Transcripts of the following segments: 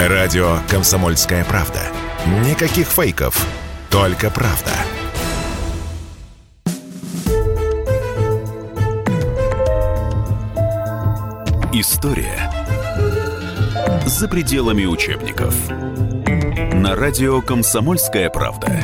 Радио «Комсомольская правда». Никаких фейков, только правда. История за пределами учебников. На радио «Комсомольская правда».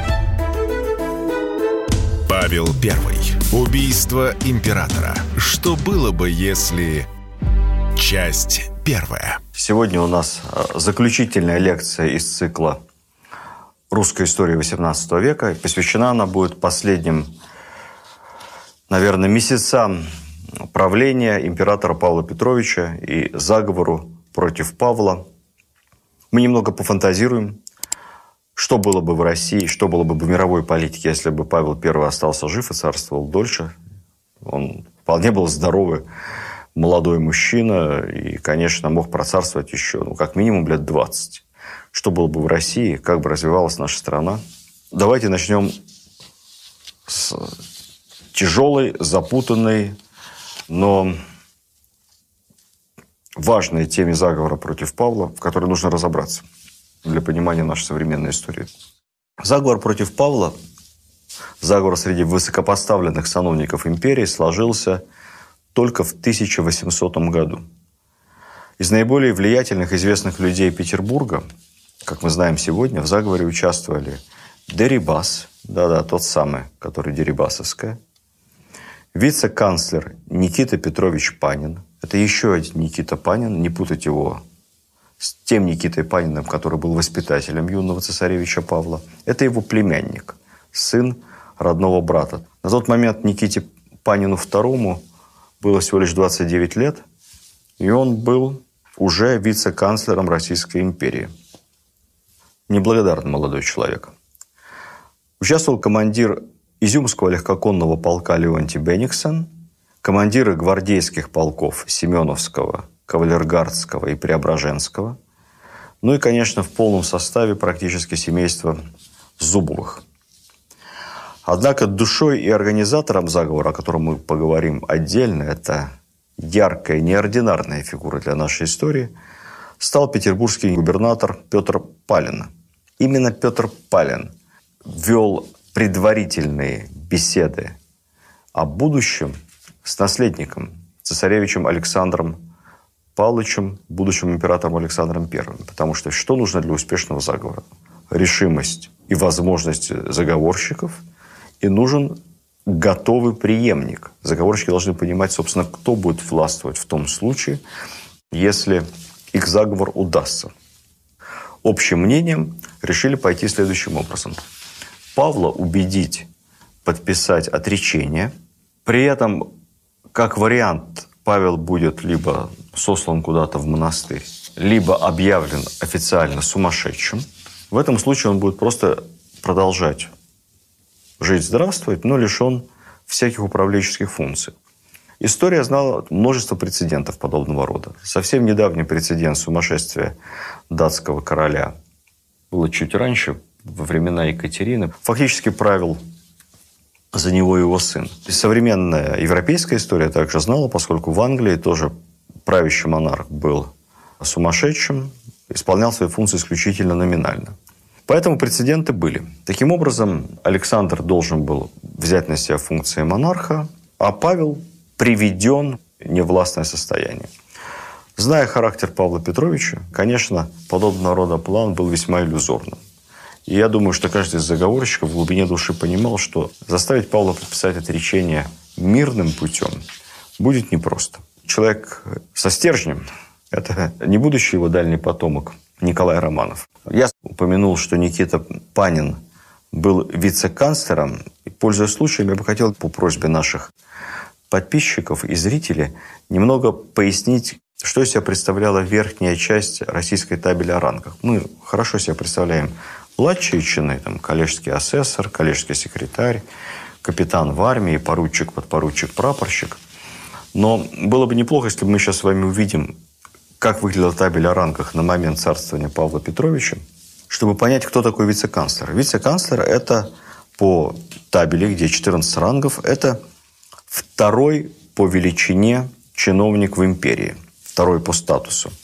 Павел I. Убийство императора. Что было бы, если... Часть первая. Сегодня у нас заключительная лекция из цикла «Русская история XVIII века». Посвящена она будет последним, наверное, месяцам правления императора Павла Петровича и заговору против Павла. Мы немного пофантазируем, что было бы в России, что было бы в мировой политике, если бы Павел I остался жив и царствовал дольше. Он вполне был здоровый молодой мужчина и, конечно, мог процарствовать еще, как минимум, лет 20. Что было бы в России, как бы развивалась наша страна? Давайте начнем с тяжелой, запутанной, но важной теме заговора против Павла, в которой нужно разобраться для понимания нашей современной истории. Заговор против Павла, заговор среди высокопоставленных сановников империи сложился только в 1800 году. Из наиболее влиятельных известных людей Петербурга, как мы знаем сегодня, в заговоре участвовали Дерибас, да-да, тот самый, который Дерибасовская, вице-канцлер Никита Петрович Панин. Это еще один Никита Панин, не путать его с тем Никитой Паниным, который был воспитателем юного цесаревича Павла. Это его племянник, сын родного брата. На тот момент Никите Панину II было всего лишь 29 лет, и он был уже вице-канцлером Российской империи. Неблагодарный молодой человек. Участвовал командир Изюмского легкоконного полка Леонтий Бенниксон, командиры гвардейских полков Семеновского, Кавалергардского и Преображенского, ну и, конечно, в полном составе практически семейство Зубовых. Однако душой и организатором заговора, о котором мы поговорим отдельно, это яркая, неординарная фигура для нашей истории, стал петербургский губернатор Петр Палин. Именно Петр Палин вел предварительные беседы о будущем с наследником, цесаревичем Александром Павловичем, будущим императором Александром I. Потому что нужно для успешного заговора? Решимость и возможность заговорщиков, и нужен готовый преемник. Заговорщики должны понимать, собственно, кто будет властвовать в том случае, если их заговор удастся. Общим мнением решили пойти следующим образом. Павла убедить подписать отречение. При этом, как вариант, Павел будет либо сослан куда-то в монастырь, либо объявлен официально сумасшедшим. В этом случае он будет просто продолжать жить, здравствовать, но лишен всяких управленческих функций. История знала множество прецедентов подобного рода. Совсем недавний прецедент сумасшествия датского короля было чуть раньше, во времена Екатерины. Фактически правил за него его сын. И современная европейская история также знала, поскольку в Англии тоже правящий монарх был сумасшедшим, исполнял свои функции исключительно номинально. Поэтому прецеденты были. Таким образом, Александр должен был взять на себя функции монарха, а Павел приведен в невластное состояние. Зная характер Павла Петровича, конечно, подобного рода план был весьма иллюзорным. И я думаю, что каждый из заговорщиков в глубине души понимал, что заставить Павла подписать отречение мирным путем будет непросто. Человек со стержнем – это не будущий его дальний потомок Николай Романов. Я упомянул, что Никита Панин был вице-канцлером. И, пользуясь случаем, я бы хотел по просьбе наших подписчиков и зрителей немного пояснить, что из себя представляла верхняя часть российской табели о рангах. Мы хорошо себе представляем младшие чины, коллежский асессор, коллежский секретарь, капитан в армии, поручик, подпоручик, прапорщик. Но было бы неплохо, если мы сейчас с вами увидим, как выглядела табель о рангах на момент царствования Павла Петровича, чтобы понять, кто такой вице-канцлер. Вице-канцлер – это по табели, где 14 рангов, это второй по величине чиновник в империи, второй по статусу.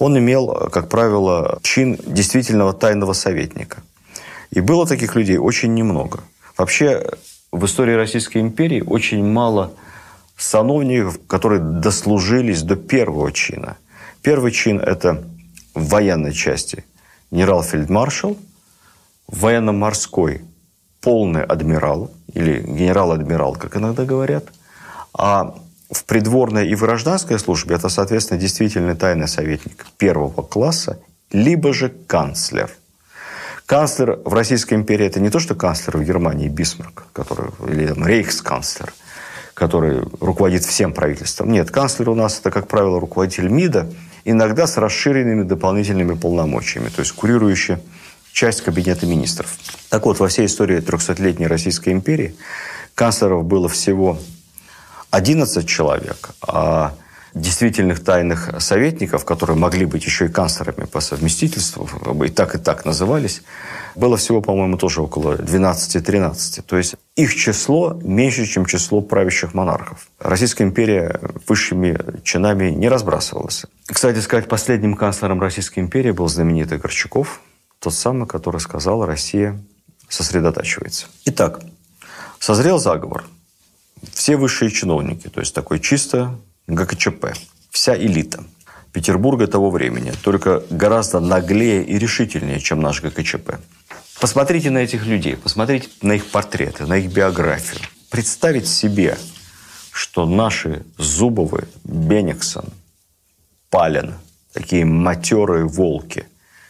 он имел, как правило, чин действительного тайного советника. И было таких людей очень немного. Вообще, в истории Российской империи очень мало сановников, которые дослужились до первого чина. Первый чин – это в военной части генерал-фельдмаршал, в военно-морской полный адмирал или генерал-адмирал, как иногда говорят, а в придворной и в гражданской службе это, соответственно, действительно тайный советник первого класса, либо же канцлер. Канцлер в Российской империи – это не то, что канцлер в Германии Бисмарк, или там, рейхсканцлер, который руководит всем правительством. Нет, канцлер у нас – это, как правило, руководитель МИДа, иногда с расширенными дополнительными полномочиями, то есть курирующий часть кабинета министров. Так вот, во всей истории 300-летней Российской империи канцлеров было всего 11 человек, а действительных тайных советников, которые могли быть еще и канцлерами по совместительству, и так назывались, было всего, по-моему, тоже около 12-13. То есть их число меньше, чем число правящих монархов. Российская империя высшими чинами не разбрасывалась. Кстати сказать, последним канцлером Российской империи был знаменитый Горчаков, тот самый, который сказал: «Россия сосредотачивается». Итак, созрел заговор. Все высшие чиновники, то есть такой чисто ГКЧП, вся элита Петербурга того времени, только гораздо наглее и решительнее, чем наш ГКЧП. Посмотрите на этих людей, посмотрите на их портреты, на их биографию. Представить себе, что наши Зубовы, Бениксон, Палин, такие матерые волки,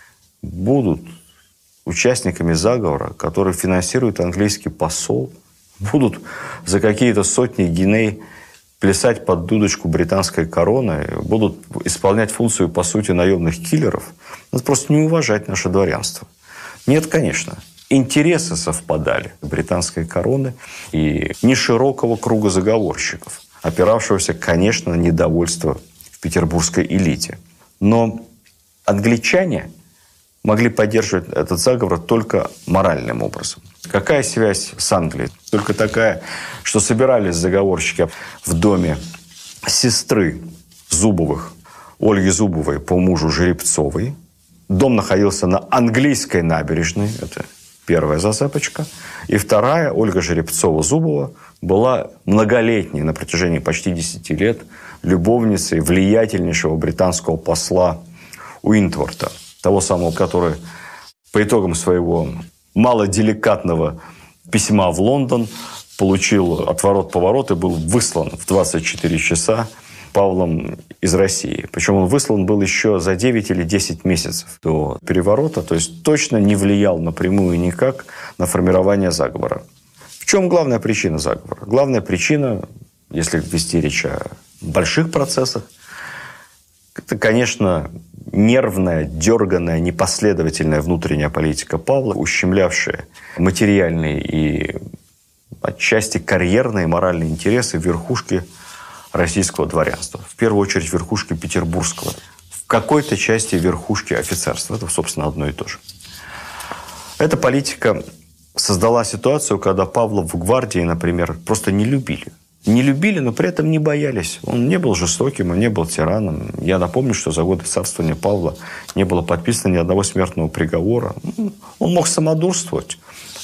будут участниками заговора, который финансирует английский посол, будут за какие-то сотни гиней плясать под дудочку британской короны, будут исполнять функцию, по сути, наемных киллеров. Надо просто не уважать наше дворянство. Нет, конечно. Интересы совпадали британской короны и неширокого круга заговорщиков, опиравшегося, конечно, на недовольство в петербургской элите. Но англичане могли поддерживать этот заговор только моральным образом. Какая связь с Англией? Только такая, что собирались заговорщики в доме сестры Зубовых, Ольги Зубовой по мужу Жеребцовой. Дом находился на английской набережной. Это первая зацепочка. И вторая, Ольга Жеребцова-Зубова, была многолетней, на протяжении почти 10 лет, любовницей влиятельнейшего британского посла Уинтворта. Того самого, который по итогам своего малоделикатного письма в Лондон получил отворот-поворот и был выслан в 24 часа Павлом из России. Причем он выслан был еще за 9 или 10 месяцев до переворота, то есть точно не влиял напрямую никак на формирование заговора. В чем главная причина заговора? Главная причина, если вести речь о больших процессах, это, конечно, нервная, дерганная, непоследовательная внутренняя политика Павла, ущемлявшая материальные и отчасти карьерные и моральные интересы верхушки российского дворянства. В первую очередь верхушки петербургского. В какой-то части верхушки офицерства. Это, собственно, одно и то же. Эта политика создала ситуацию, когда Павла в гвардии, например, просто не любили. Не любили, но при этом не боялись. Он не был жестоким, он не был тираном. Я напомню, что за годы царствования Павла не было подписано ни одного смертного приговора. Он мог самодурствовать,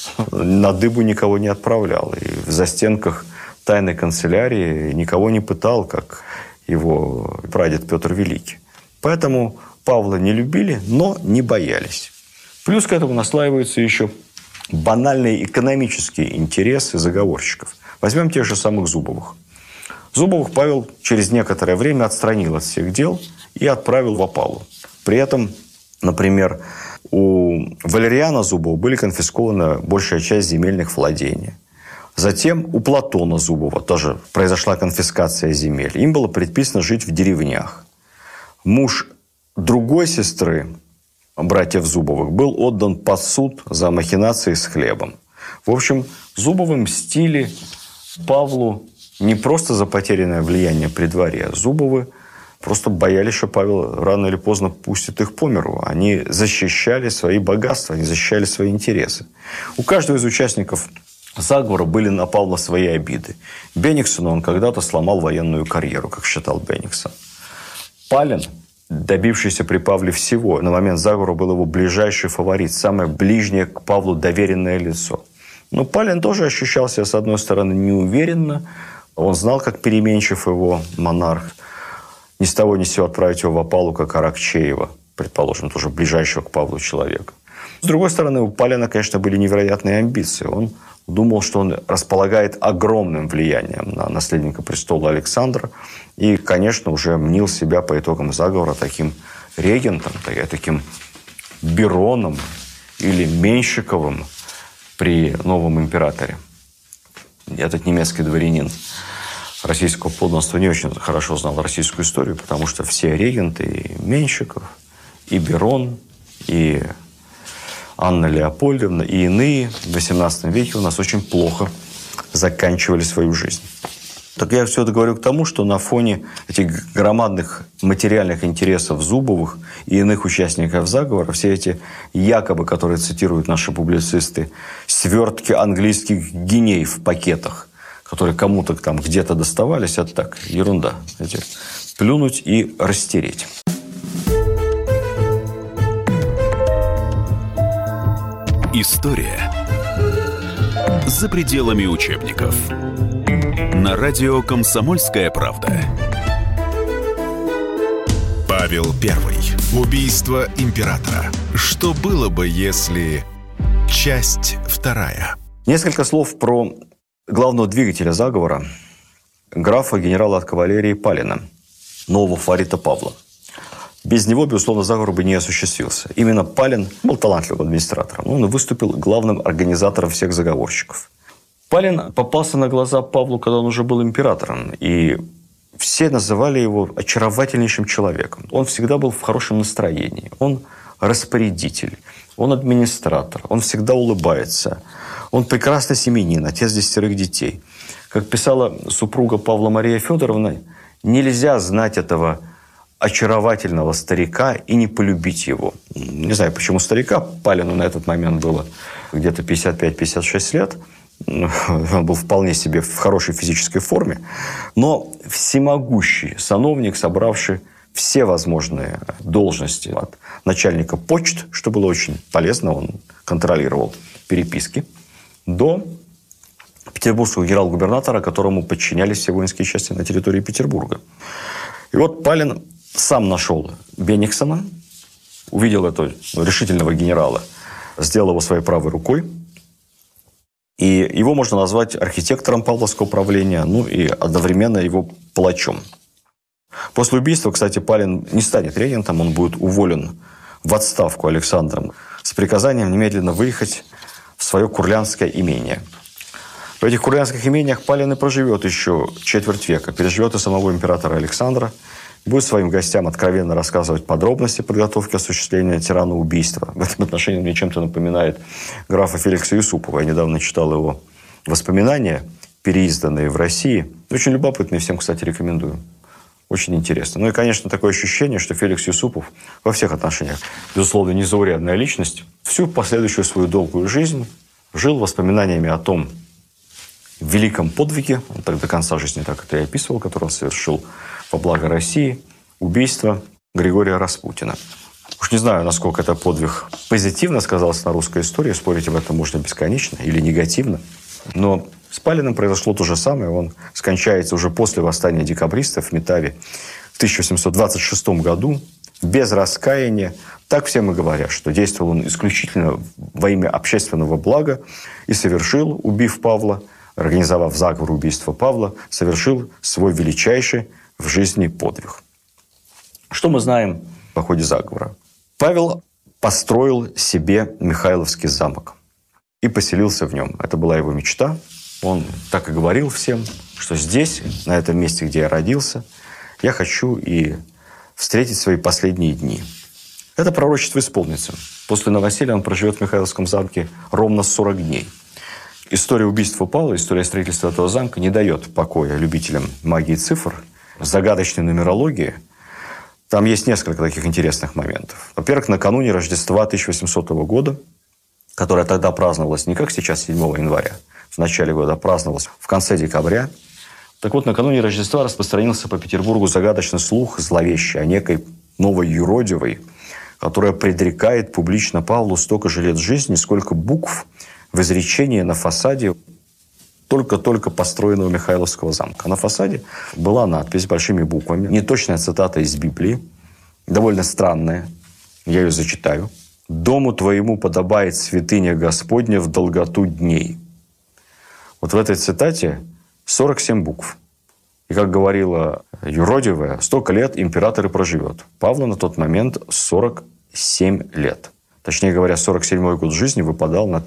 на дыбу никого не отправлял. И в застенках тайной канцелярии никого не пытал, как его прадед Петр Великий. Поэтому Павла не любили, но не боялись. Плюс к этому наслаиваются еще банальные экономические интересы заговорщиков. Возьмем тех же самых Зубовых. Зубовых Павел через некоторое время отстранил от всех дел и отправил в опалу. При этом, например, у Валериана Зубова были конфискованы большая часть земельных владений. Затем у Платона Зубова тоже произошла конфискация земель. Им было предписано жить в деревнях. Муж другой сестры, братьев Зубовых, был отдан под суд за махинации с хлебом. В общем, Зубовы мстили Павлу не просто за потерянное влияние при дворе. Зубовы просто боялись, что Павел рано или поздно пустит их по миру. Они защищали свои богатства, они защищали свои интересы. У каждого из участников заговора были на Павла свои обиды. Бениксону он когда-то сломал военную карьеру, как считал Бениксон. Палин добившийся при Павле всего. На момент заговора был его ближайший фаворит, самое ближнее к Павлу доверенное лицо. Но Палин тоже ощущал себя, с одной стороны, неуверенно. Он знал, как переменчив его монарх. Ни с того ни с сего отправить его в опалу, как Аракчеева, предположим, тоже ближайшего к Павлу человека. С другой стороны, у Палина, конечно, были невероятные амбиции. Он думал, что он располагает огромным влиянием на наследника престола Александра. И, конечно, уже мнил себя по итогам заговора таким регентом, таким Бероном или Меньшиковым при новом императоре. Этот немецкий дворянин российского подданства не очень хорошо знал российскую историю, потому что все регенты, и Меньшиков, и Берон, и Анна Леопольдовна, и иные в XVIII веке у нас очень плохо заканчивали свою жизнь. Так я все это говорю к тому, что на фоне этих громадных материальных интересов Зубовых и иных участников заговора, все эти якобы, которые цитируют наши публицисты, свертки английских гиней в пакетах, которые кому-то там где-то доставались, это так, ерунда. Плюнуть и растереть. История за пределами учебников. На радио «Комсомольская правда». Павел I. Убийство императора. Что было бы, если... Часть 2. Несколько слов про главного двигателя заговора, графа генерала от кавалерии Палина, нового фаворита Павла. Без него, безусловно, заговор бы не осуществился. Именно Палин был талантливым администратором. Он выступил главным организатором всех заговорщиков. Палин попался на глаза Павлу, когда он уже был императором. И все называли его очаровательнейшим человеком. Он всегда был в хорошем настроении. Он распорядитель, он администратор, он всегда улыбается. Он прекрасный семьянин, отец 10 детей. Как писала супруга Павла Мария Федоровна, нельзя знать этого очаровательного старика и не полюбить его. Не знаю, почему старика. Палину на этот момент было где-то 55-56 лет. Он был вполне себе в хорошей физической форме. Но всемогущий сановник, собравший все возможные должности. От начальника почт, что было очень полезно, он контролировал переписки, до петербургского генерал-губернатора, которому подчинялись все воинские части на территории Петербурга. И вот Палин сам нашел Бенниксена, увидел этого решительного генерала, сделал его своей правой рукой. И его можно назвать архитектором павловского правления, ну и одновременно его палачом. После убийства, кстати, Палин не станет регентом, он будет уволен в отставку Александром с приказанием немедленно выехать в свое курлянское имение. В этих курлянских имениях Палин и проживет еще четверть века, переживет и самого императора Александра, будет своим гостям откровенно рассказывать подробности подготовки осуществления тирана-убийства. В этом отношении мне чем-то напоминает графа Феликса Юсупова. Я недавно читал его воспоминания, переизданные в России. Очень любопытные, всем, кстати, рекомендую. Очень интересно. Ну и, конечно, такое ощущение, что Феликс Юсупов во всех отношениях, безусловно, незаурядная личность, всю последующую свою долгую жизнь жил воспоминаниями о том великом подвиге, он так до конца жизни так это и описывал, который он совершил во благо России, убийство Григория Распутина. Уж не знаю, насколько это подвиг позитивно сказался на русской истории, спорить об этом можно бесконечно или негативно, но с Палиным произошло то же самое. Он скончается уже после восстания декабристов в Метаве в 1826 году без раскаяния. Так всем и говорят, что действовал он исключительно во имя общественного блага и совершил, убив Павла, организовав заговор убийства Павла, совершил свой величайший в жизни подвиг. Что мы знаем о ходе заговора? Павел построил себе Михайловский замок и поселился в нем. Это была его мечта. Он так и говорил всем, что здесь, на этом месте, где я родился, я хочу и встретить свои последние дни. Это пророчество исполнится. После новоселья он проживет в Михайловском замке ровно 40 дней. История убийства Павла, история строительства этого замка не дает покоя любителям магии цифр, загадочной нумерологии. Там есть несколько таких интересных моментов. Во-первых, накануне Рождества 1800 года, которое тогда праздновалось не как сейчас, 7 января, в начале года, праздновалось в конце декабря. Так вот, накануне Рождества распространился по Петербургу загадочный слух, зловещий, о некой новой юродивой, которая предрекает публично Павлу столько же лет жизни, сколько букв в изречении на фасаде только-только построенного Михайловского замка. На фасаде была надпись большими буквами, неточная цитата из Библии, довольно странная, я ее зачитаю. «Дому твоему подобает святыня Господня в долготу дней». Вот в этой цитате 47 букв. И, как говорила юродивая, столько лет император и проживет. Павлу на тот момент 47 лет. Точнее говоря, 47-й год жизни выпадал на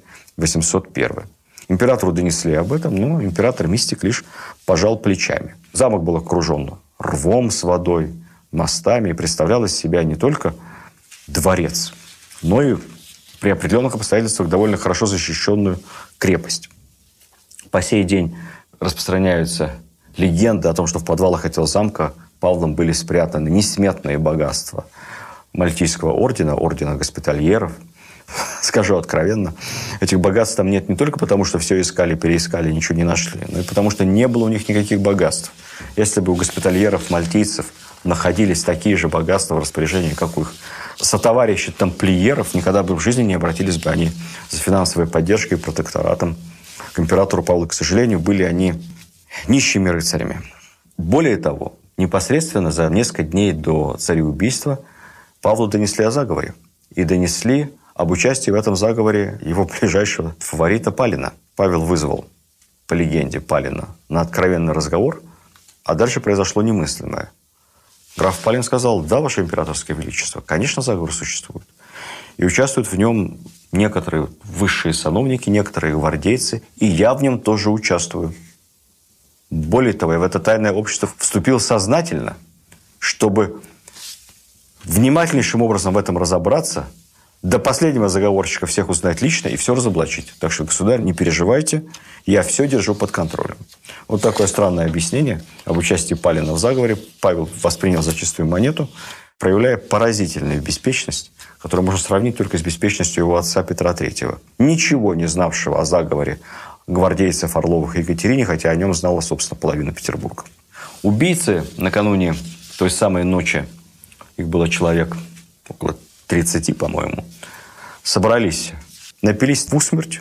1801. Императору донесли об этом, но император-мистик лишь пожал плечами. Замок был окружен рвом с водой, мостами, и представлял из себя не только дворец, но и при определенных обстоятельствах довольно хорошо защищенную крепость. По сей день распространяются легенды о том, что в подвалах этого замка Павлом были спрятаны несметные богатства Мальтийского ордена, ордена госпитальеров. Скажу откровенно, этих богатств там нет не только потому, что все искали, переискали, ничего не нашли, но и потому, что не было у них никаких богатств. Если бы у госпитальеров, мальтийцев находились такие же богатства в распоряжении, как у их сотоварищей тамплиеров, никогда бы в жизни не обратились бы они за финансовой поддержкой и протекторатом к императору Павлу. К сожалению, были они нищими рыцарями. Более того, непосредственно за несколько дней до цареубийства Павлу донесли о заговоре. И донесли об участии в этом заговоре его ближайшего фаворита Палина. Павел вызвал, по легенде, Палина на откровенный разговор, а дальше произошло немыслимое. Граф Палин сказал: да, ваше императорское величество, конечно, заговор существует. И участвуют в нем некоторые высшие сановники, некоторые гвардейцы, и я в нем тоже участвую. Более того, я в это тайное общество вступил сознательно, чтобы внимательнейшим образом в этом разобраться, до последнего заговорщика всех узнать лично и все разоблачить. Так что, государь, не переживайте, я все держу под контролем. Вот такое странное объяснение об участии Палина в заговоре Павел воспринял за чистую монету, проявляя поразительную беспечность, которую можно сравнить только с беспечностью его отца Петра III, ничего не знавшего о заговоре гвардейцев Орловых и Екатерине, хотя о нем знала, собственно, половина Петербурга. Убийцы накануне той самой ночи, их было человек около 30, по-моему, собрались, напились в усмерть.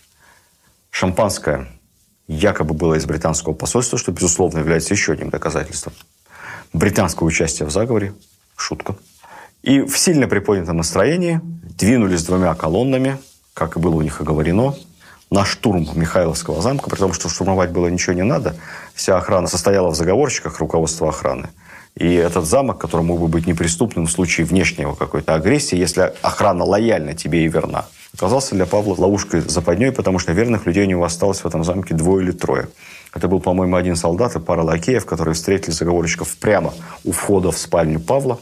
Шампанское якобы было из британского посольства, что, безусловно, является еще одним доказательством британского участия в заговоре. Шутка. И в сильно приподнятом настроении двинулись 2 колоннами, как и было у них оговорено, на штурм Михайловского замка, при том, что штурмовать было ничего не надо. Вся охрана состояла в заговорщиках, руководство охраны. И этот замок, который мог бы быть неприступным в случае внешнего какой-то агрессии, если охрана лояльна тебе и верна, оказался для Павла ловушкой западней, потому что верных людей у него осталось в этом замке 2 или 3. Это был, по-моему, 1 солдат и пара лакеев, которые встретили заговорщиков прямо у входа в спальню Павла.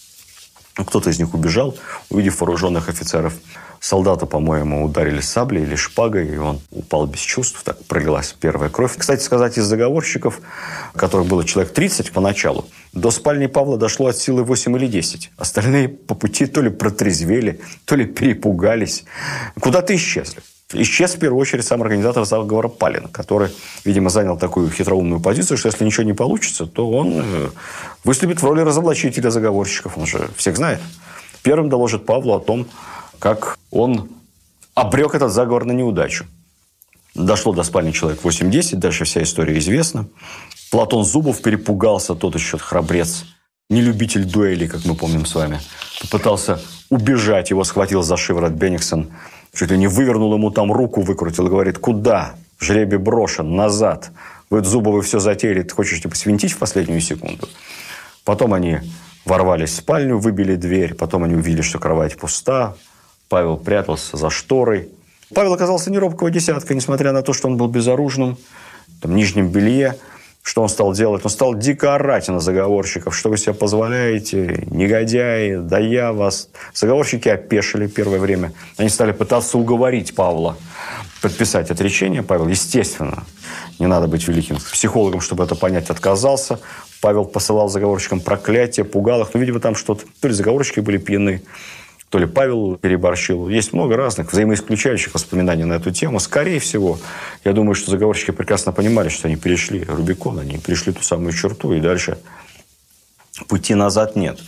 Кто-то из них убежал, увидев вооруженных офицеров. Солдата, по-моему, ударили саблей или шпагой, и он упал без чувств. Так пролилась первая кровь. Кстати сказать, из заговорщиков, которых было человек 30 поначалу, до спальни Павла дошло от силы 8 или 10. Остальные по пути то ли протрезвели, то ли перепугались. Куда-то исчезли. Исчез в первую очередь сам организатор заговора Палин, который, видимо, занял такую хитроумную позицию, что если ничего не получится, то он выступит в роли разоблачителя заговорщиков. Он же всех знает. Первым доложит Павлу о том, как он обрек этот заговор на неудачу. Дошло до спальни человек 8-10, дальше вся история известна. Платон Зубов перепугался, тот еще храбрец, не любитель дуэлей, как мы помним с вами. Попытался убежать, его схватил за шиворот Бенниксон, чуть ли не вывернул ему там руку, выкрутил и говорит: куда? Жребий брошен, назад. Вы, Зубовы, все затеяли, ты хочешь типа свинтить в последнюю секунду. Потом они ворвались в спальню, выбили дверь, потом они увидели, что кровать пуста. Павел прятался за шторой. Павел оказался не робкого десятка, несмотря на то, что он был безоружным, в нижнем белье. Что он стал делать? Он стал дико орать на заговорщиков. Что вы себе позволяете? Негодяи, да я вас... Заговорщики опешили первое время. Они стали пытаться уговорить Павла подписать отречение. Павел, естественно, не надо быть великим психологом, чтобы это понять, отказался. Павел посылал заговорщикам проклятия, пугал их. Но, видимо, там что-то... То ли заговорщики были пьяны, то ли Павел переборщил. Есть много разных взаимоисключающих воспоминаний на эту тему. Скорее всего, я думаю, что заговорщики прекрасно понимали, что они перешли Рубикон, они перешли ту самую черту, и дальше пути назад нет.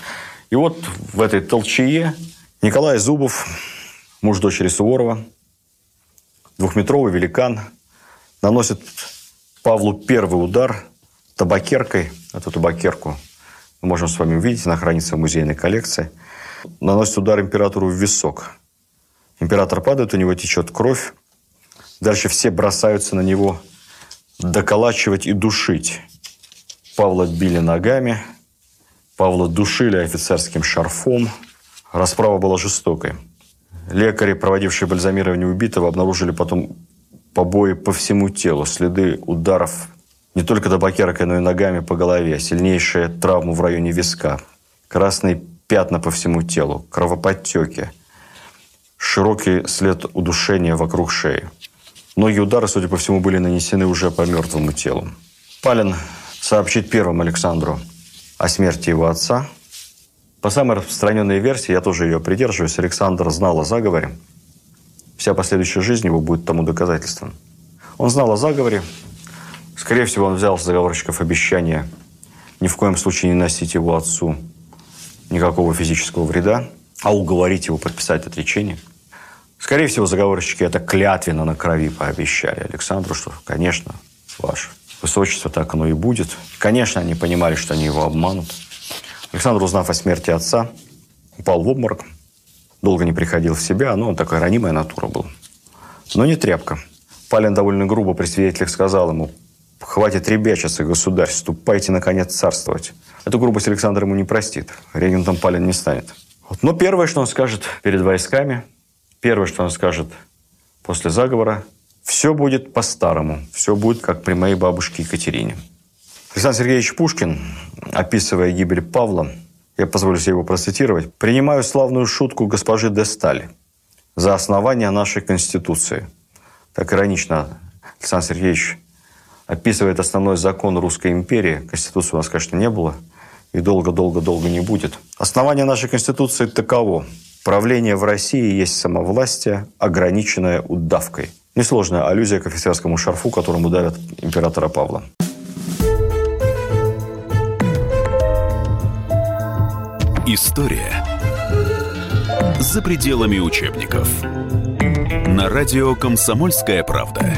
И вот в этой толчее Николай Зубов, муж дочери Суворова, двухметровый великан, наносит Павлу первый удар табакеркой. Эту табакерку мы можем с вами увидеть, она хранится в музейной коллекции. Наносит удар императору в висок. Император падает, у него течет кровь. Дальше все бросаются на него доколачивать и душить. Павла били ногами, Павла душили офицерским шарфом. Расправа была жестокой. Лекари, проводившие бальзамирование убитого, обнаружили потом побои по всему телу, следы ударов не только табакеркой, но и ногами по голове, сильнейшая травма в районе виска, красные пятна по всему телу, кровоподтеки, широкий след удушения вокруг шеи. Многие удары, судя по всему, были нанесены уже по мертвому телу. Палин сообщит первым Александру о смерти его отца. По самой распространенной версии, я тоже ее придерживаюсь, Александр знал о заговоре. Вся последующая жизнь его будет тому доказательством. Он знал о заговоре. Скорее всего, он взял с заговорщиков обещание ни в коем случае не носить его отцу никакого физического вреда, а уговорить его подписать отречение. Скорее всего, заговорщики это клятвенно на крови пообещали Александру, что, конечно, ваше высочество, так оно и будет. Конечно, они понимали, что они его обманут. Александр, узнав о смерти отца, упал в обморок, долго не приходил в себя, но он такая ранимая натура был. Но не тряпка. Палин довольно грубо при свидетелях сказал ему: «Хватит ребячиться, государь, ступайте, наконец, царствовать». Эту грубость Александр ему не простит. Регентом Палин не станет. Но первое, что он скажет перед войсками, первое, что он скажет после заговора: все будет по-старому, все будет как при моей бабушке Екатерине. Александр Сергеевич Пушкин, описывая гибель Павла, я позволю себе его процитировать: «Принимаю славную шутку госпожи де Сталь за основание нашей Конституции». Так иронично Александр Сергеевич описывает основной закон Русской империи. Конституции у нас, конечно, не было и долго-долго-долго не будет. Основание нашей Конституции таково: правление в России есть самовластие, ограниченное удавкой. Несложная аллюзия к офицерскому шарфу, которым удавят императора Павла. История за пределами учебников. На радио «Комсомольская правда».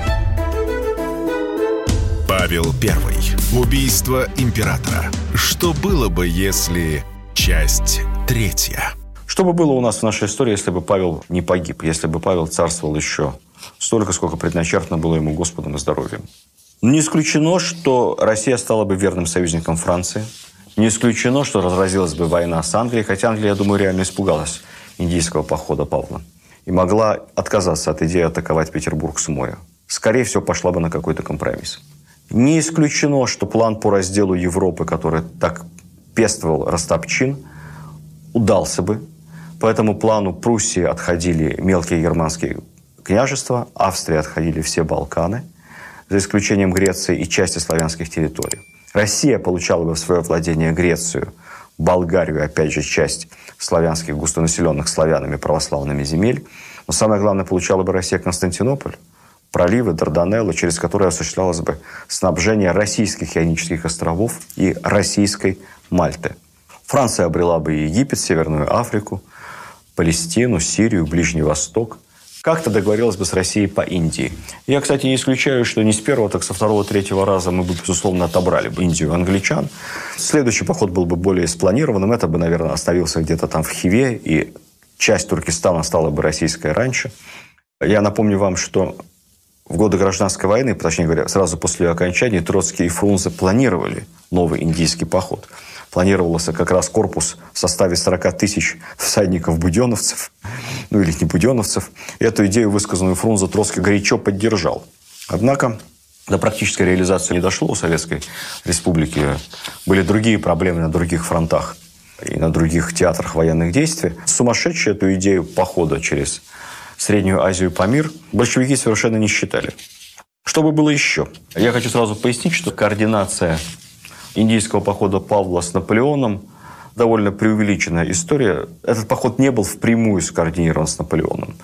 Павел I. Убийство императора. Что было бы, если... Часть 3. Что бы было у нас в нашей истории, если бы Павел не погиб, если бы Павел царствовал еще столько, сколько предначертано было ему Господом и здоровьем? Не исключено, что Россия стала бы верным союзником Франции. Не исключено, что разразилась бы война с Англией, хотя Англия, я думаю, реально испугалась индийского похода Павла и могла отказаться от идеи атаковать Петербург с моря. Скорее всего, пошла бы на какой-то компромисс. Не исключено, что план по разделу Европы, который так пестовал Растопчин, удался бы. По этому плану Пруссии отходили мелкие германские княжества, Австрии отходили все Балканы, за исключением Греции и части славянских территорий. Россия получала бы в свое владение Грецию, Болгарию, опять же, часть славянских, густонаселенных славянами православными земель. Но самое главное, получала бы Россия Константинополь, проливы, Дарданеллы, через которые осуществлялось бы снабжение российских Ионических островов и российской Мальты. Франция обрела бы Египет, Северную Африку, Палестину, Сирию, Ближний Восток. Как-то договорилась бы с Россией по Индии. Я, кстати, не исключаю, что не с первого, так со второго, третьего раза мы бы, безусловно, отобрали бы Индию англичан. Следующий поход был бы более спланированным. Это бы, наверное, остановился где-то там в Хиве, и часть Туркестана стала бы российской раньше. Я напомню вам, что в годы Гражданской войны, точнее говоря, сразу после ее окончания, Троцкий и Фрунзе планировали новый индийский поход. Планировался как раз корпус в составе 40 тысяч всадников-буденовцев, ну или не буденовцев. Эту идею, высказанную Фрунзе, Троцкий горячо поддержал. Однако до практической реализации не дошло у Советской Республики. Были другие проблемы на других фронтах и на других театрах военных действий. Сумасшедшей эту идею похода через Среднюю Азию по мир большевики совершенно не считали. Что бы было еще? Я хочу сразу пояснить, что координация индийского похода Павла с Наполеоном довольно преувеличенная история. Этот поход не был впрямую скоординирован с Наполеоном.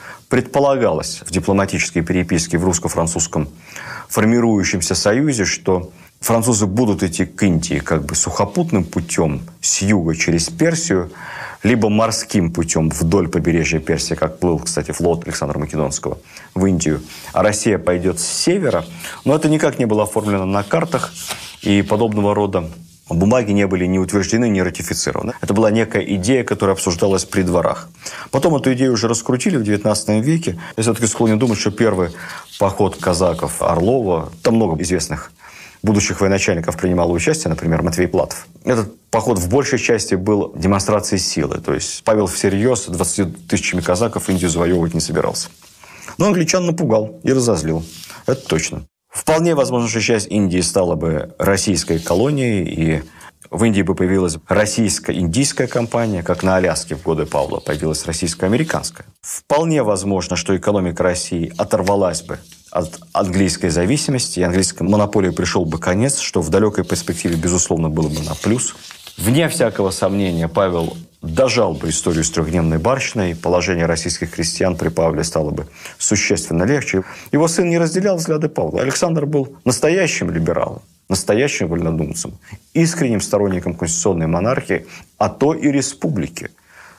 Предполагалось в дипломатической переписке в русско-французском формирующемся союзе, что французы будут идти к Индии как бы сухопутным путем с юга через Персию, либо морским путем вдоль побережья Персии, как плыл, кстати, флот Александра Македонского в Индию, а Россия пойдет с севера, но это никак не было оформлено на картах, и подобного рода бумаги не были ни утверждены, ни ратифицированы. Это была некая идея, которая обсуждалась при дворах. Потом эту идею уже раскрутили в XIX веке. Я все-таки склонен думать, что первый поход казаков Орлова, там много известных будущих военачальников принимало участие, например, Матвей Платов. Этот поход в большей части был демонстрацией силы. То есть Павел всерьез 20 тысячами казаков Индию завоевывать не собирался. Но англичан напугал и разозлил. Это точно. Вполне возможно, что часть Индии стала бы российской колонией, и в Индии бы появилась российско-индийская компания, как на Аляске в годы Павла появилась российско-американская. Вполне возможно, что экономика России оторвалась бы от английской зависимости, и английской монополии пришел бы конец, что в далекой перспективе, безусловно, было бы на плюс. Вне всякого сомнения, Павел дожал бы историю с трехдневной барщиной, положение российских крестьян при Павле стало бы существенно легче. Его сын не разделял взгляды Павла. Александр был настоящим либералом, настоящим вольнодумцем, искренним сторонником конституционной монархии, а то и республики.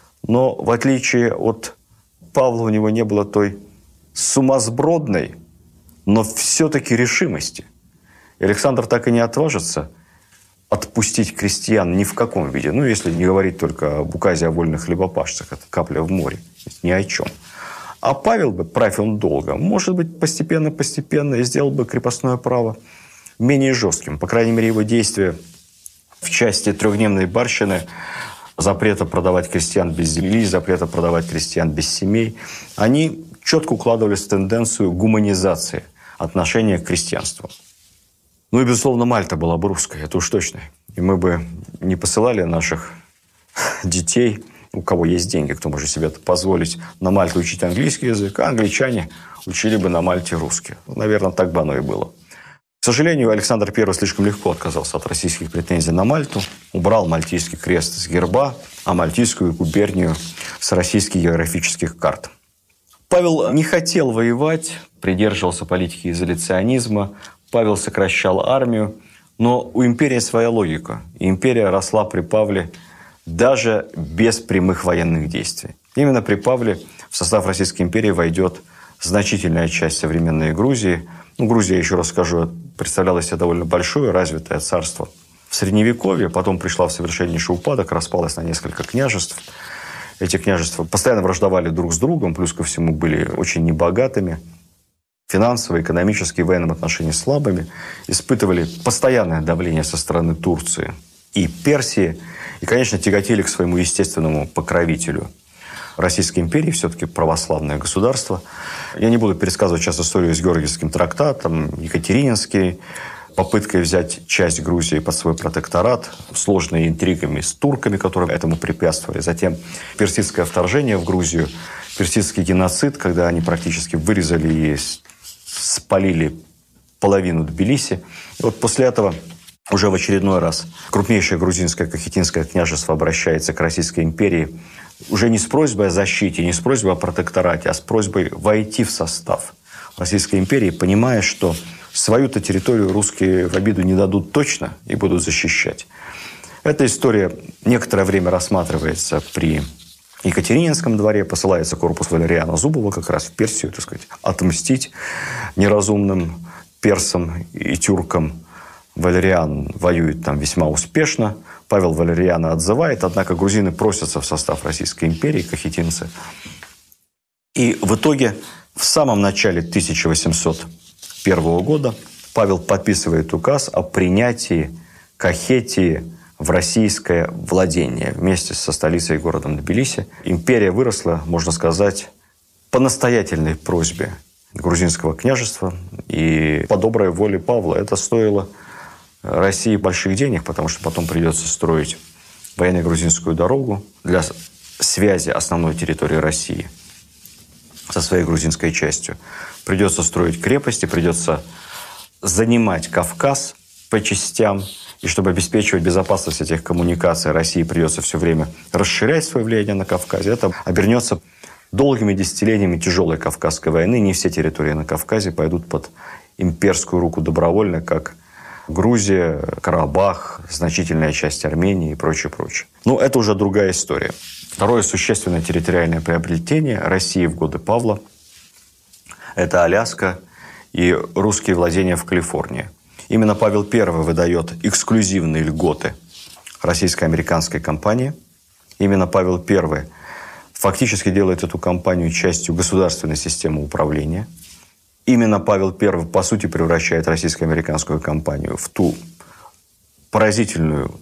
Но в отличие от Павла у него не было той сумасбродной, но все-таки решимости. И Александр так и не отважится отпустить крестьян ни в каком виде. Ну, если не говорить только об указе о вольных хлебопашцах, это капля в море, ни о чем. А Павел бы, правил он долго, может быть, постепенно и сделал бы крепостное право менее жестким. По крайней мере, его действия в части трехдневной барщины, запрета продавать крестьян без земли, запрета продавать крестьян без семей, они четко укладывались в тенденцию гуманизации отношения к крестьянству. Ну и, безусловно, Мальта была бы русской, это уж точно. И мы бы не посылали наших детей, у кого есть деньги, кто может себе это позволить, на Мальту учить английский язык, а англичане учили бы на Мальте русский. Наверное, так бы оно и было. К сожалению, Александр I слишком легко отказался от российских претензий на Мальту, убрал мальтийский крест с герба, а мальтийскую губернию с российских географических карт. Павел не хотел воевать, придерживался политики изоляционизма, Павел сокращал армию, но у империи своя логика. И империя росла при Павле даже без прямых военных действий. Именно при Павле в состав Российской империи войдет значительная часть современной Грузии. Ну, Грузия, еще раз скажу, представляла из себя довольно большое, развитое царство в Средневековье. Потом пришла в совершеннейший упадок, распалась на несколько княжеств. Эти княжества постоянно враждовали друг с другом, плюс ко всему были очень небогатыми. Финансово, экономически, в военном отношении слабыми, испытывали постоянное давление со стороны Турции и Персии, и, конечно, тяготели к своему естественному покровителю. Российской империи все-таки православное государство. Я не буду пересказывать сейчас историю с Георгиевским трактатом, Екатерининской попыткой взять часть Грузии под свой протекторат, сложными интригами с турками, которые этому препятствовали. Затем персидское вторжение в Грузию, персидский геноцид, когда они практически вырезали и спалили половину Тбилиси. И вот после этого уже в очередной раз крупнейшее грузинское Кахетинское княжество обращается к Российской империи уже не с просьбой о защите, не с просьбой о протекторате, а с просьбой войти в состав Российской империи, понимая, что свою-то территорию русские в обиду не дадут точно и будут защищать. Эта история некоторое время рассматривается при Екатерининском дворе, посылается корпус Валериана Зубова как раз в Персию, так сказать, отмстить неразумным персам и тюркам. Валериан воюет там весьма успешно, Павел Валериана отзывает, однако грузины просятся в состав Российской империи, кахетинцы. И в итоге в самом начале 1801 года Павел подписывает указ о принятии Кахетии в российское владение вместе со столицей городом Тбилиси. Империя выросла, можно сказать, по настоятельной просьбе грузинского княжества и по доброй воле Павла. Это стоило России больших денег, потому что потом придется строить военно-грузинскую дорогу для связи основной территории России со своей грузинской частью. Придется строить крепости, придется занимать Кавказ по частям. И чтобы обеспечивать безопасность этих коммуникаций, России придется все время расширять свое влияние на Кавказе. Это обернется долгими десятилетиями тяжелой Кавказской войны. Не все территории на Кавказе пойдут под имперскую руку добровольно, как Грузия, Карабах, значительная часть Армении и прочее. Но это уже другая история. Второе существенное территориальное приобретение России в годы Павла – это Аляска и русские владения в Калифорнии. Именно Павел I выдает эксклюзивные льготы российско-американской компании. Именно Павел I фактически делает эту компанию частью государственной системы управления. Именно Павел I, по сути, превращает российско-американскую компанию в ту поразительную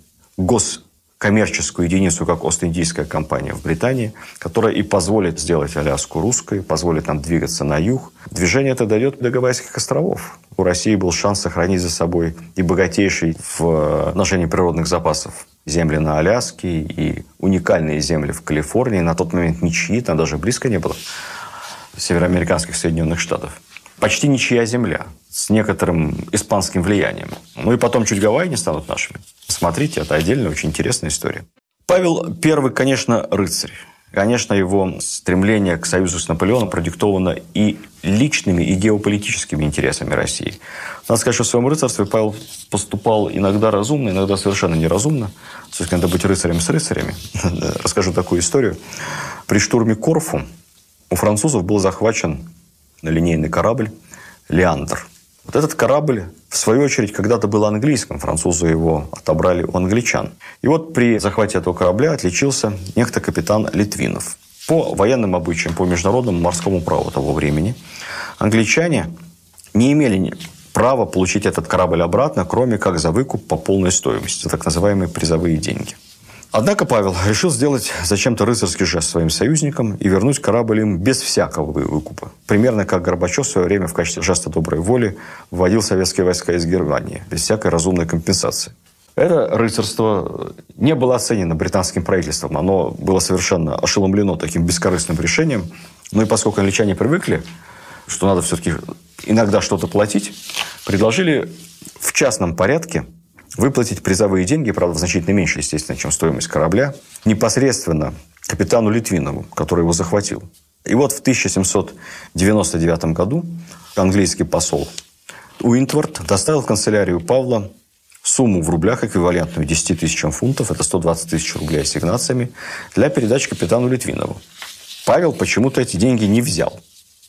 госкоммерческую единицу, как Ост-Индийская компания в Британии, которая и позволит сделать Аляску русской, позволит нам двигаться на юг. Движение это дойдет до Гавайских островов. У России был шанс сохранить за собой и богатейший в отношении природных запасов земли на Аляске, и уникальные земли в Калифорнии. На тот момент ничьи, там даже близко не было североамериканских Соединенных Штатов. Почти ничья земля, с некоторым испанским влиянием. Ну и потом чуть Гавайи не станут нашими. Смотрите, это отдельная, очень интересная история. Павел I, конечно, рыцарь. Конечно, его стремление к союзу с Наполеоном продиктовано и личными, и геополитическими интересами России. Надо сказать, что в своем рыцарстве Павел поступал иногда разумно, иногда совершенно неразумно. Все-таки надо быть рыцарем с рыцарями. Расскажу такую историю. При штурме Корфу у французов был захвачен линейный корабль «Леандр». Вот этот корабль, в свою очередь, когда-то был английским. Французы его отобрали у англичан. И вот при захвате этого корабля отличился некто капитан Литвинов. По военным обычаям, по международному морскому праву того времени, англичане не имели права получить этот корабль обратно, кроме как за выкуп по полной стоимости, так называемые призовые деньги. Однако Павел решил сделать зачем-то рыцарский жест своим союзникам и вернуть корабль им без всякого выкупа. Примерно как Горбачев в свое время в качестве жеста доброй воли вводил советские войска из Германии, без всякой разумной компенсации. Это рыцарство не было оценено британским правительством. Оно было совершенно ошеломлено таким бескорыстным решением. Ну и поскольку англичане привыкли, что надо все-таки иногда что-то платить, предложили в частном порядке выплатить призовые деньги, правда, в значительно меньше, естественно, чем стоимость корабля, непосредственно капитану Литвинову, который его захватил. И вот в 1799 году английский посол Уинтворд доставил в канцелярию Павла сумму в рублях, эквивалентную 10 тысячам фунтов, это 120 тысяч рублей ассигнациями, для передачи капитану Литвинову. Павел почему-то эти деньги не взял.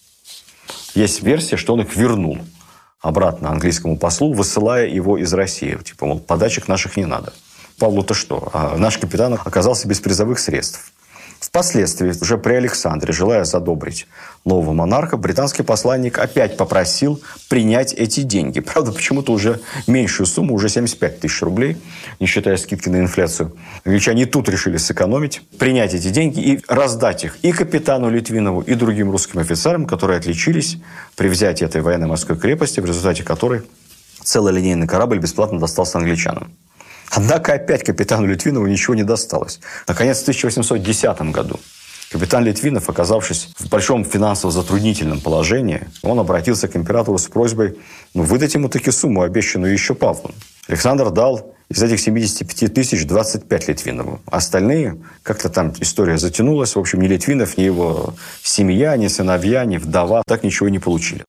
Есть версия, что он их вернул обратно английскому послу, высылая его из России. Типа, мол, подачек наших не надо. Павлу-то что? А наш капитан оказался без призовых средств. Впоследствии, уже при Александре, желая задобрить нового монарха, британский посланник опять попросил принять эти деньги. Правда, почему-то уже меньшую сумму, уже 75 тысяч рублей, не считая скидки на инфляцию. Англичане тут решили сэкономить, принять эти деньги и раздать их и капитану Литвинову, и другим русским офицерам, которые отличились при взятии этой военно-морской крепости, в результате которой целый линейный корабль бесплатно достался англичанам. Однако опять капитану Литвинову ничего не досталось. Наконец, в 1810 году капитан Литвинов, оказавшись в большом финансово затруднительном положении, он обратился к императору с просьбой выдать ему таки сумму, обещанную еще Павлом. Александр дал из этих 75 тысяч 25 Литвинову. Остальные, как-то там история затянулась. В общем, ни Литвинов, ни его семья, ни сыновья, ни вдова так ничего и не получили.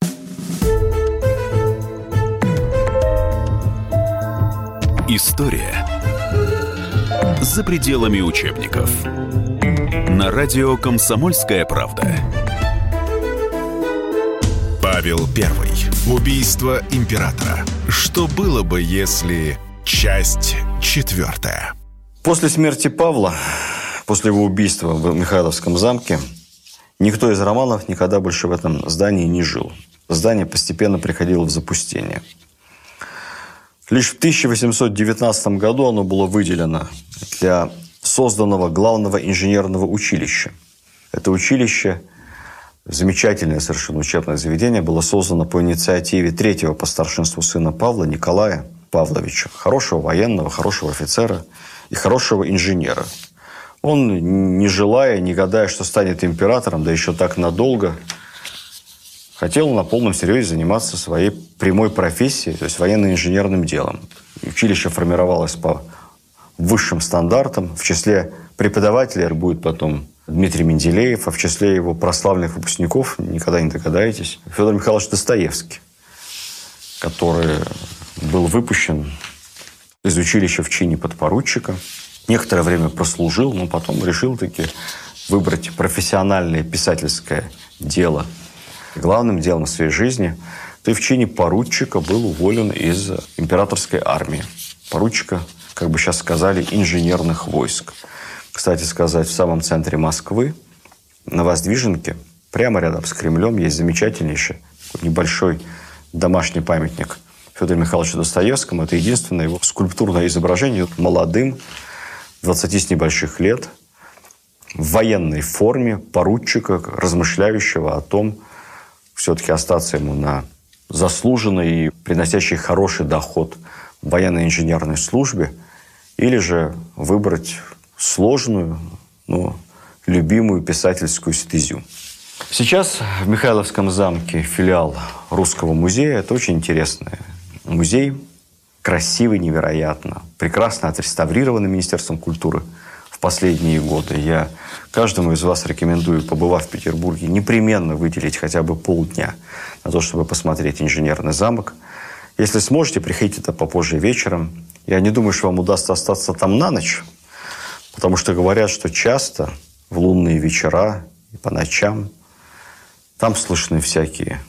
История за пределами учебников. На радио «Комсомольская правда». Павел I. Убийство императора. Что было бы, если... Часть 4. После смерти Павла, после его убийства в Михайловском замке, никто из Романовых никогда больше в этом здании не жил. Здание постепенно приходило в запустение. Лишь в 1819 году оно было выделено для созданного главного инженерного училища. Это училище, замечательное совершенно учебное заведение, было создано по инициативе третьего по старшинству сына Павла, Николая Павловича. Хорошего военного, хорошего офицера и хорошего инженера. Он, не желая, не гадая, что станет императором, да еще так надолго, хотел на полном серьезе заниматься своей прямой профессией, то есть военно-инженерным делом. Училище формировалось по высшим стандартам. В числе преподавателей будет потом Дмитрий Менделеев, а в числе его прославленных выпускников, никогда не догадаетесь, Федор Михайлович Достоевский, который был был выпущен из училища в чине подпоручика. Некоторое время прослужил, но потом решил таки выбрать профессиональное писательское дело. Главным делом в своей жизни ты в чине поручика был уволен из императорской армии. Поручика, как бы сейчас сказали, инженерных войск. Кстати сказать, в самом центре Москвы, на Воздвиженке, прямо рядом с Кремлем, есть замечательнейший небольшой домашний памятник Федору Михайловичу Достоевскому. Это единственное его скульптурное изображение молодым, 20 с небольших лет, в военной форме поручика, размышляющего о том, все-таки остаться ему на заслуженной и приносящей хороший доход в военно-инженерной службе, или же выбрать сложную, но любимую писательскую стезю. Сейчас в Михайловском замке филиал Русского музея. Это очень интересный музей, красивый невероятно, прекрасно отреставрированный Министерством культуры в последние годы. Я каждому из вас рекомендую, побывав в Петербурге, непременно выделить хотя бы полдня на то, чтобы посмотреть инженерный замок. Если сможете, приходите туда попозже вечером. Я не думаю, что вам удастся остаться там на ночь, потому что говорят, что часто в лунные вечера и по ночам там слышны всякие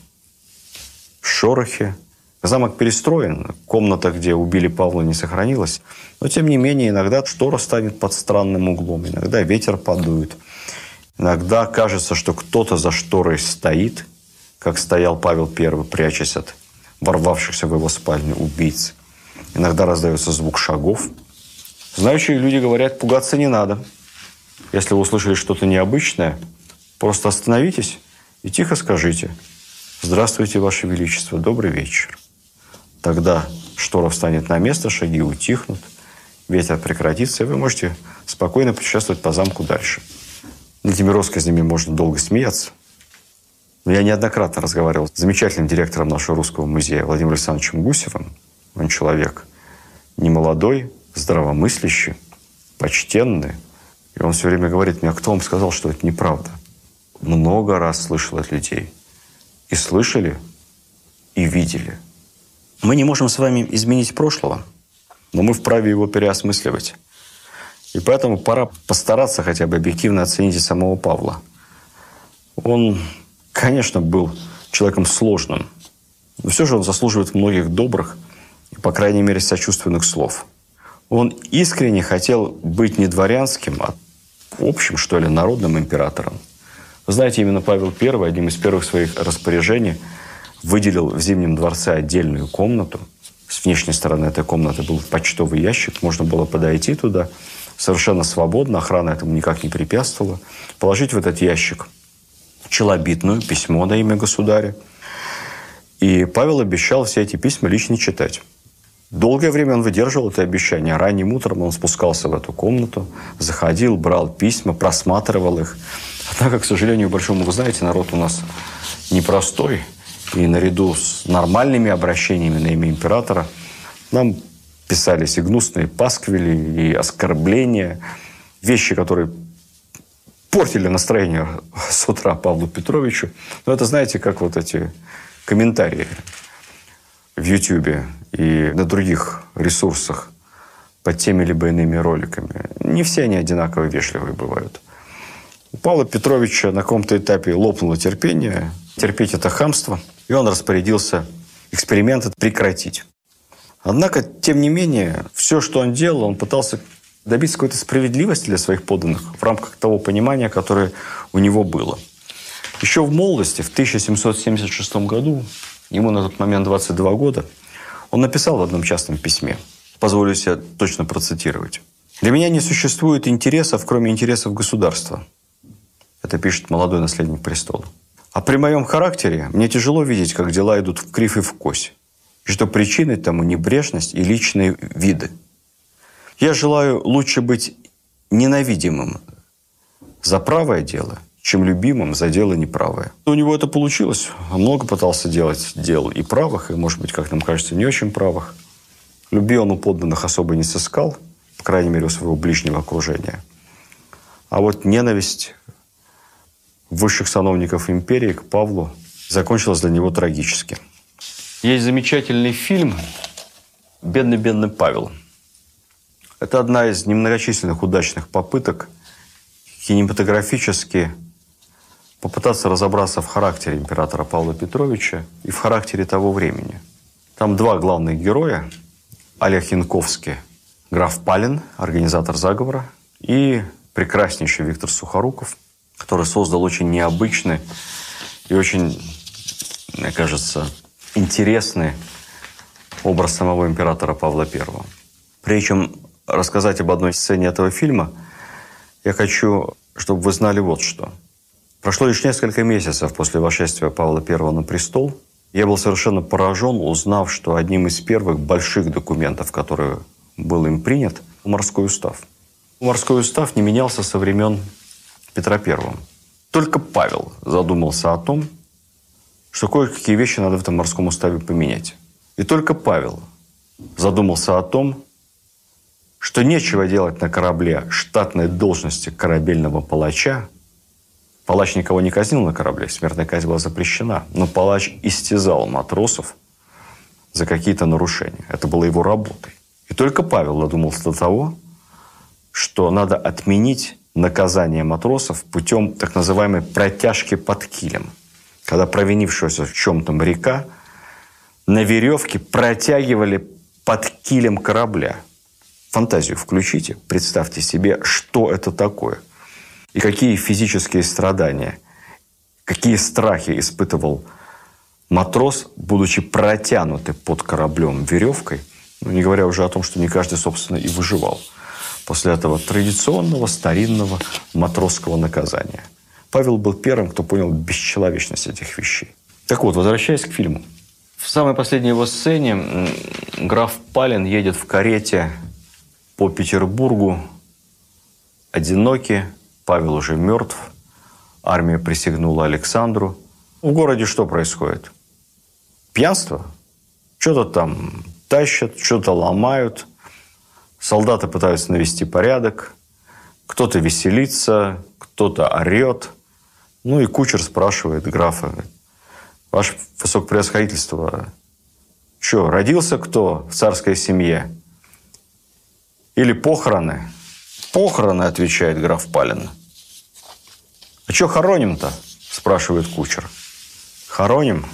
шорохи. Замок перестроен, комната, где убили Павла, не сохранилась. Но, тем не менее, иногда штора станет под странным углом, иногда ветер подует. Иногда кажется, что кто-то за шторой стоит, как стоял Павел I, прячась от ворвавшихся в его спальню убийц. Иногда раздается звук шагов. Знающие люди говорят, пугаться не надо. Если вы услышали что-то необычное, просто остановитесь и тихо скажите: «Здравствуйте, Ваше Величество, добрый вечер». Тогда штора встанет на место, шаги утихнут, ветер прекратится, и вы можете спокойно путешествовать по замку дальше. Над этими россказнями можно долго смеяться. Но я неоднократно разговаривал с замечательным директором нашего Русского музея Владимиром Александровичем Гусевым. Он человек немолодой, здравомыслящий, почтенный. И он все время говорит мне: а кто вам сказал, что это неправда? Много раз слышал от людей. И слышали, и видели. Мы не можем с вами изменить прошлого, но мы вправе его переосмысливать. И поэтому пора постараться хотя бы объективно оценить и самого Павла. Он, конечно, был человеком сложным, но все же он заслуживает многих добрых и, по крайней мере, сочувственных слов. Он искренне хотел быть не дворянским, а общим, что ли, народным императором. Вы знаете, именно Павел I одним из первых своих распоряжений выделил в Зимнем дворце отдельную комнату. С внешней стороны этой комнаты был почтовый ящик. Можно было подойти туда совершенно свободно. Охрана этому никак не препятствовала. Положить в этот ящик челобитную, письмо на имя государя. И Павел обещал все эти письма лично читать. Долгое время он выдерживал это обещание. Ранним утром он спускался в эту комнату, заходил, брал письма, просматривал их. Однако, к сожалению, большому, вы знаете, народ у нас непростой. И наряду с нормальными обращениями на имя императора нам писались и гнусные пасквили, и оскорбления, вещи, которые портили настроение с утра Павлу Петровичу. Но это, знаете, как вот эти комментарии в Ютьюбе и на других ресурсах под теми либо иными роликами. Не все они одинаково вежливые бывают. У Павла Петровича на каком-то этапе лопнуло терпение. Терпеть это хамство. И он распорядился эксперимент прекратить. Однако, тем не менее, все, что он делал, он пытался добиться какой-то справедливости для своих подданных в рамках того понимания, которое у него было. Еще в молодости, в 1776 году, ему на тот момент 22 года, он написал в одном частном письме, позволю себе точно процитировать: «Для меня не существует интересов, кроме интересов государства». Это пишет молодой наследник престола. «А при моем характере мне тяжело видеть, как дела идут вкривь и вкось, и что причиной тому небрежность и личные виды. Я желаю лучше быть ненавидимым за правое дело, чем любимым за дело неправое». У него это получилось. Он много пытался делать дел и правых, и, может быть, как нам кажется, не очень правых. Любви он у подданных особо не сыскал, по крайней мере, у своего ближнего окружения. А вот ненависть высших сановников империи к Павлу закончилась для него трагически. Есть замечательный фильм «Бедный Павел». Это одна из немногочисленных удачных попыток кинематографически попытаться разобраться в характере императора Павла Петровича и в характере того времени. Там два главных героя. Олег Янковский, граф Палин, организатор заговора, и прекраснейший Виктор Сухоруков, который создал очень необычный и очень, мне кажется, интересный образ самого императора Павла I. Прежде чем рассказать об одной сцене этого фильма, я хочу, чтобы вы знали вот что. Прошло лишь несколько месяцев после восшествия Павла I на престол. Я был совершенно поражен, узнав, что одним из первых больших документов, который был им принят, морской устав. Морской устав не менялся со времен Петра I. Только Павел задумался о том, что кое-какие вещи надо в этом морском уставе поменять. И только Павел задумался о том, что нечего делать на корабле штатной должности корабельного палача. Палач никого не казнил на корабле, смертная казнь была запрещена. Но палач истязал матросов за какие-то нарушения. Это было его работой. И только Павел додумался до того, что надо отменить наказание матросов путем так называемой протяжки под килем. Когда провинившегося в чем-то моряка на веревке протягивали под килем корабля. Фантазию включите, представьте себе, что это такое. И какие физические страдания, какие страхи испытывал матрос, будучи протянутый под кораблем веревкой, не говоря уже о том, что не каждый, собственно, и выживал после этого традиционного, старинного матросского наказания. Павел был первым, кто понял бесчеловечность этих вещей. Так вот, возвращаясь к фильму. В самой последней его сцене граф Палин едет в карете по Петербургу, одинокий. Павел уже мертв. Армия присягнула Александру. В городе что происходит? Пьянство? Что-то там тащат, что-то ломают. Солдаты пытаются навести порядок. Кто-то веселится, кто-то орет. Ну и кучер спрашивает графа: «Ваше высокопревосходительство, что, родился кто в царской семье? Или похороны?» «Похороны», — отвечает граф Палин. «А что хороним-то?» — спрашивает кучер. «Хороним?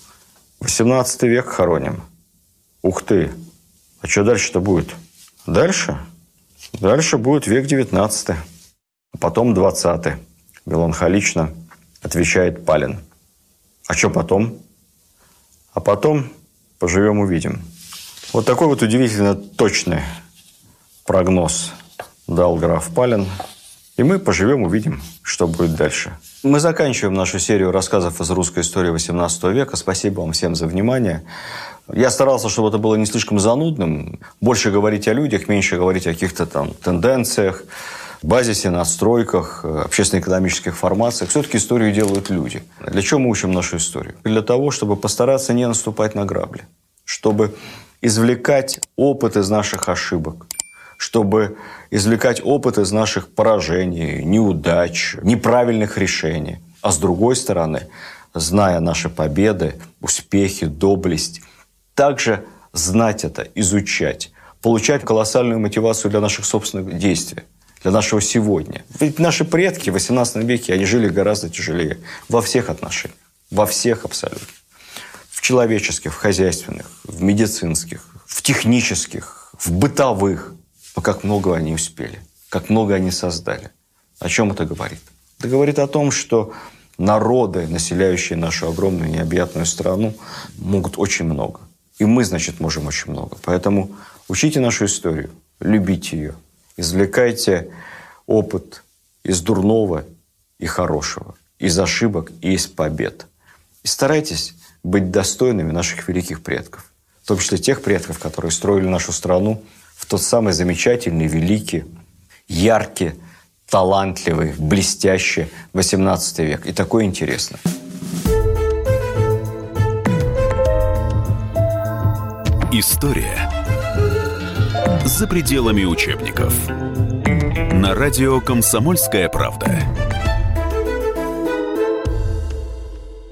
18 век хороним». «Ух ты! А что дальше-то будет?» «Дальше? Дальше будет век 19, а потом 20. Меланхолично отвечает Палин. «А что потом?» «А потом поживем-увидим». Вот такой вот удивительно точный прогноз дал граф Палин. И мы поживем-увидим, что будет дальше. Мы заканчиваем нашу серию рассказов из русской истории XVIII века. Спасибо вам всем за внимание. Я старался, чтобы это было не слишком занудным. Больше говорить о людях, меньше говорить о каких-то там тенденциях, базисе, надстройках, общественно-экономических формациях. Все-таки историю делают люди. Для чего мы учим нашу историю? Для того, чтобы постараться не наступать на грабли. Чтобы извлекать опыт из наших ошибок. Чтобы извлекать опыт из наших поражений, неудач, неправильных решений. А с другой стороны, зная наши победы, успехи, доблесть, также знать это, изучать, получать колоссальную мотивацию для наших собственных действий, для нашего сегодня. Ведь наши предки в XVIII веке, они жили гораздо тяжелее во всех отношениях, во всех абсолютно. В человеческих, в хозяйственных, в медицинских, в технических, в бытовых. Но как много они успели, как много они создали. О чем это говорит? Это говорит о том, что народы, населяющие нашу огромную необъятную страну, могут очень много. И мы, значит, можем очень много. Поэтому учите нашу историю, любите ее, извлекайте опыт из дурного и хорошего, из ошибок и из побед. И старайтесь быть достойными наших великих предков. В том числе тех предков, которые строили нашу страну в тот самый замечательный, великий, яркий, талантливый, блестящий XVIII век. И такое интересно. История за пределами учебников. На радио «Комсомольская правда».